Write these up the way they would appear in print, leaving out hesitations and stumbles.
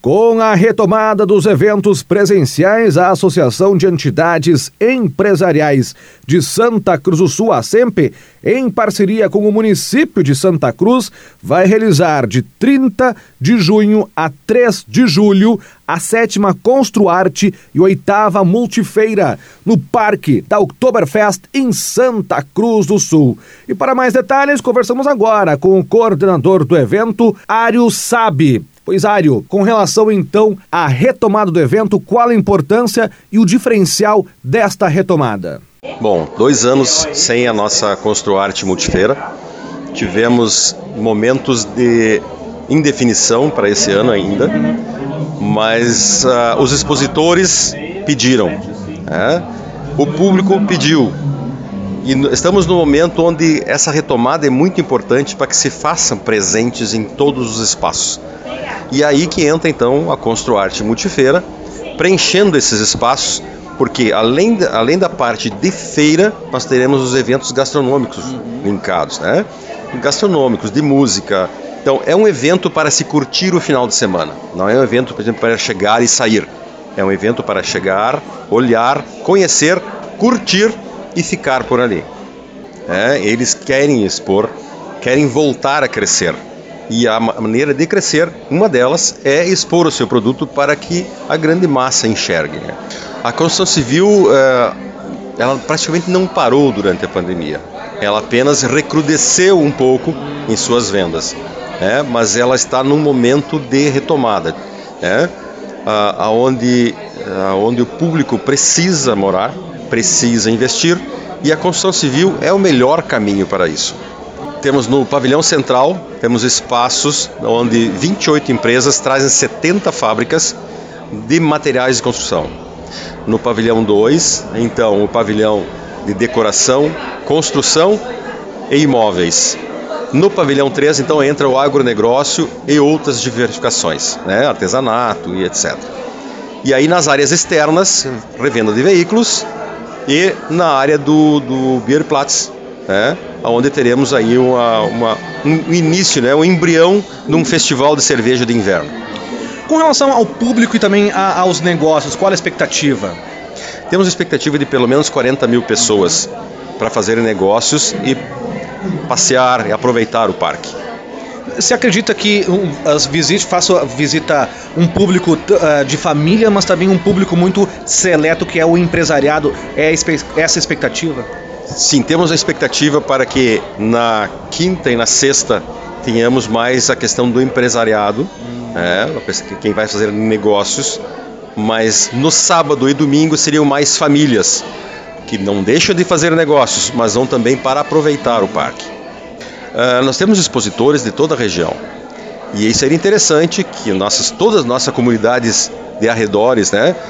Com a retomada dos eventos presenciais, a Associação de Entidades Empresariais de Santa Cruz do Sul, ASEMP, em parceria com o município de Santa Cruz, vai realizar de 30 de junho a 3 de julho a 7ª Construarte e 8ª Multifeira, no Parque da Oktoberfest, em Santa Cruz do Sul. E para mais detalhes, conversamos agora com o coordenador do evento, Ário Sabe. Pois, Ário, com relação então à retomada do evento, qual a importância e o diferencial desta retomada? Bom, 2 anos sem a nossa Construarte Multifeira. Tivemos momentos de indefinição para esse ano ainda, mas os expositores pediram, o público pediu. E estamos no momento onde essa retomada é muito importante para que se façam presentes em todos os espaços. E aí que entra então a Construarte Multifeira, preenchendo esses espaços, porque além da parte de feira, nós teremos os eventos gastronômicos linkados, gastronômicos, de música. Então é um evento para se curtir o final de semana, não é um evento, por exemplo, para chegar e sair. É um evento para chegar, olhar, conhecer, curtir e ficar por ali. Eles querem expor, querem voltar a crescer. E a maneira de crescer, uma delas, é expor o seu produto para que a grande massa enxergue. A construção civil, ela praticamente não parou durante a pandemia. Ela apenas recrudesceu um pouco em suas vendas. Mas ela está num momento de retomada, onde o público precisa morar, precisa investir, e a construção civil é o melhor caminho para isso. Temos no pavilhão central, temos espaços onde 28 empresas trazem 70 fábricas de materiais de construção. No pavilhão 2, então, o pavilhão de decoração, construção e imóveis. No pavilhão 3, então, entra o agronegócio e outras diversificações, artesanato e etc. E aí nas áreas externas, revenda de veículos, e na área do Bierplatz, onde teremos aí um início, um embrião de um festival de cerveja de inverno. Com relação ao público e também aos negócios, qual a expectativa? Temos a expectativa de pelo menos 40 mil pessoas para fazerem negócios e passear e aproveitar o parque. Você acredita que as visitas façam visita um público de família, mas também um público muito seleto, que é o empresariado? É essa a expectativa? Sim, temos a expectativa para que na quinta e na sexta tenhamos mais a questão do empresariado, quem vai fazer negócios, mas no sábado e domingo seriam mais famílias, que não deixam de fazer negócios, mas vão também para aproveitar o parque. Nós temos expositores de toda a região, e isso seria interessante que todas as nossas comunidades de arredores,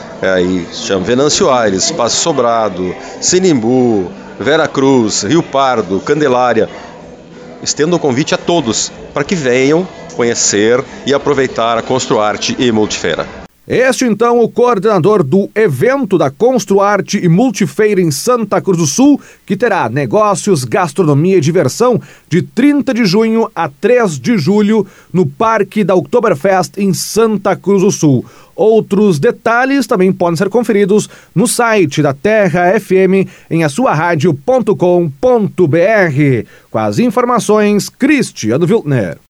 Venâncio Aires, Passo Sobrado, Sinimbu, Vera Cruz, Rio Pardo, Candelária, estendo o convite a todos para que venham conhecer e aproveitar a Construarte e Multifeira. Este então o coordenador do evento da Construarte e Multifeira em Santa Cruz do Sul, que terá negócios, gastronomia e diversão de 30 de junho a 3 de julho no Parque da Oktoberfest em Santa Cruz do Sul. Outros detalhes também podem ser conferidos no site da Terra FM em asuaradio.com.br. Com as informações, Cristiano Wiltner.